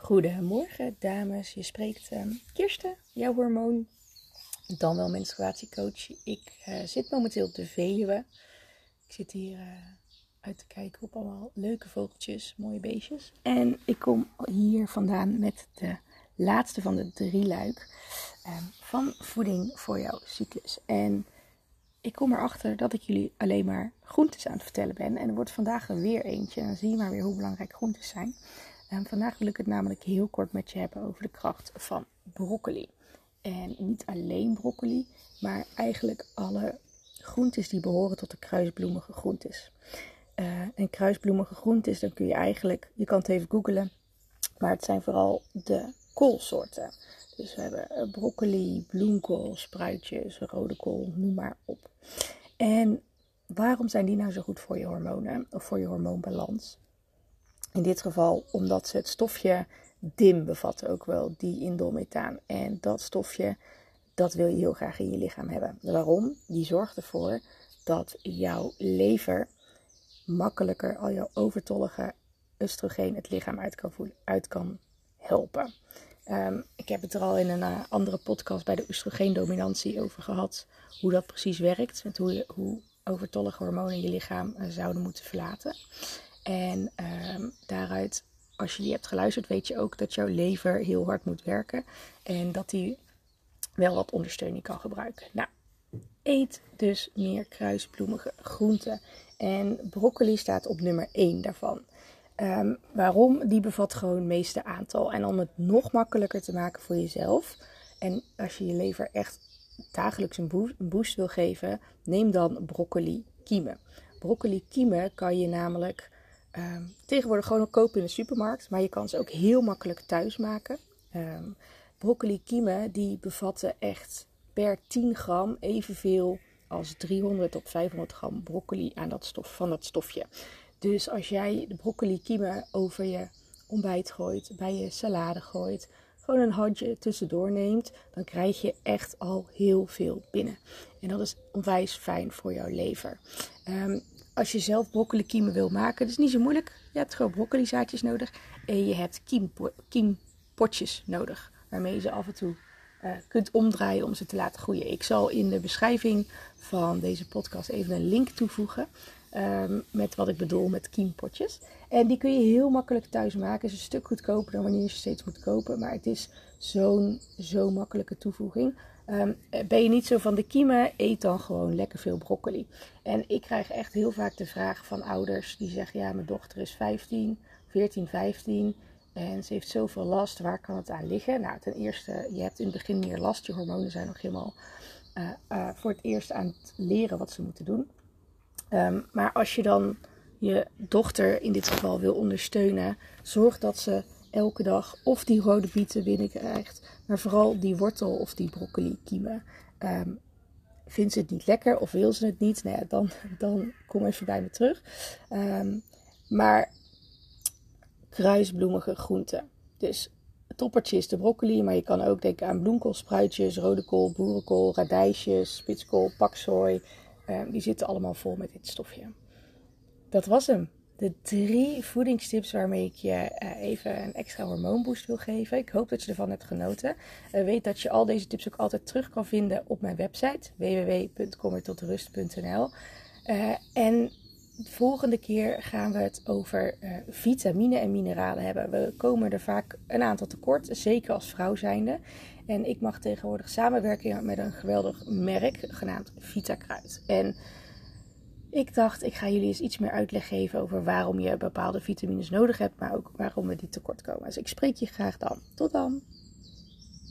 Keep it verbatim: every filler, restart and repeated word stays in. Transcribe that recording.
Goedemorgen dames, je spreekt uh, Kirsten, jouw hormoon, dan wel menstruatiecoach. Ik uh, zit momenteel op de Veluwe. Ik zit hier uh, uit te kijken op allemaal leuke vogeltjes, mooie beestjes. En ik kom hier vandaan met de laatste van de drie luik uh, van voeding voor jouw cyclus. En ik kom erachter dat ik jullie alleen maar groentes aan het vertellen ben. En er wordt vandaag er weer eentje. En dan zie je maar weer hoe belangrijk groentes zijn. En vandaag wil ik het namelijk heel kort met je hebben over de kracht van broccoli. En niet alleen broccoli, maar eigenlijk alle groentes die behoren tot de kruisbloemige groentes. Uh, en kruisbloemige groentes, dan kun je eigenlijk, je kan het even googlen, maar het zijn vooral de koolsoorten. Dus we hebben broccoli, bloemkool, spruitjes, rode kool, noem maar op. En waarom zijn die nou zo goed voor je hormonen of voor je hormoonbalans? In dit geval omdat ze het stofje D I M bevatten, ook wel diindolmethaan. En dat stofje, dat wil je heel graag in je lichaam hebben. Waarom? Die zorgt ervoor dat jouw lever makkelijker al jouw overtollige oestrogeen het lichaam uit kan, voelen, uit kan helpen. Um, ik heb het er al in een uh, andere podcast bij de oestrogeendominantie over gehad. Hoe dat precies werkt. Met hoe, je, hoe overtollige hormonen je lichaam uh, zouden moeten verlaten. En um, daaruit, als je die hebt geluisterd, weet je ook dat jouw lever heel hard moet werken. En dat die wel wat ondersteuning kan gebruiken. Nou, eet dus meer kruisbloemige groenten. En broccoli staat op nummer één daarvan. Um, waarom? Die bevat gewoon het meeste aantal. En om het nog makkelijker te maken voor jezelf. En als je je lever echt dagelijks een boost wil geven, neem dan broccoli kiemen. Broccoli kiemen kan je namelijk um, tegenwoordig gewoon ook kopen in de supermarkt. Maar je kan ze ook heel makkelijk thuis maken. Um, broccoli kiemen die bevatten echt per tien gram evenveel als driehonderd tot vijfhonderd gram broccoli aan dat stof, van dat stofje. Dus als jij de broccoli kiemen over je ontbijt gooit, bij je salade gooit, gewoon een handje tussendoor neemt, dan krijg je echt al heel veel binnen. En dat is onwijs fijn voor jouw lever. Um, als je zelf broccoli kiemen wil maken, dat is niet zo moeilijk. Je hebt gewoon broccoli zaadjes nodig en je hebt kiempo- kiempotjes nodig, waarmee je ze af en toe uh, kunt omdraaien om ze te laten groeien. Ik zal in de beschrijving van deze podcast even een link toevoegen. Um, met wat ik bedoel met kiempotjes. En die kun je heel makkelijk thuis maken. Het is een stuk goedkoper dan wanneer je ze steeds moet kopen. Maar het is zo'n zo makkelijke toevoeging. Um, ben je niet zo van de kiemen, eet dan gewoon lekker veel broccoli. En ik krijg echt heel vaak de vraag van ouders die zeggen: ja, mijn dochter is vijftien, veertien, vijftien. En ze heeft zoveel last. Waar kan het aan liggen? Nou, ten eerste, je hebt in het begin meer last. Je hormonen zijn nog helemaal uh, uh, voor het eerst aan het leren wat ze moeten doen. Um, maar als je dan je dochter in dit geval wil ondersteunen, zorg dat ze elke dag of die rode bieten binnenkrijgt, maar vooral die wortel of die broccoli kiemen. Um, vindt ze het niet lekker of wil ze het niet? Nou ja, dan, dan kom even bij me terug. Um, maar kruisbloemige groenten. Dus het toppertje is de broccoli, maar je kan ook denken aan bloemkool, spruitjes, rode kool, boerenkool, radijsjes, spitskool, paksoi. Um, die zitten allemaal vol met dit stofje. Dat was hem. De drie voedingstips waarmee ik je uh, even een extra hormoonboost wil geven. Ik hoop dat je ervan hebt genoten. Uh, weet dat je al deze tips ook altijd terug kan vinden op mijn website w w w punt kom er tot rust punt n l. Uh, en de volgende keer gaan we het over uh, vitamine en mineralen hebben. We komen er vaak een aantal tekort, zeker als vrouw zijnde. En ik mag tegenwoordig samenwerken met een geweldig merk genaamd Vitakruid. En ik dacht, ik ga jullie eens iets meer uitleg geven over waarom je bepaalde vitamines nodig hebt, maar ook waarom we die tekort komen. Dus ik spreek je graag dan. Tot dan!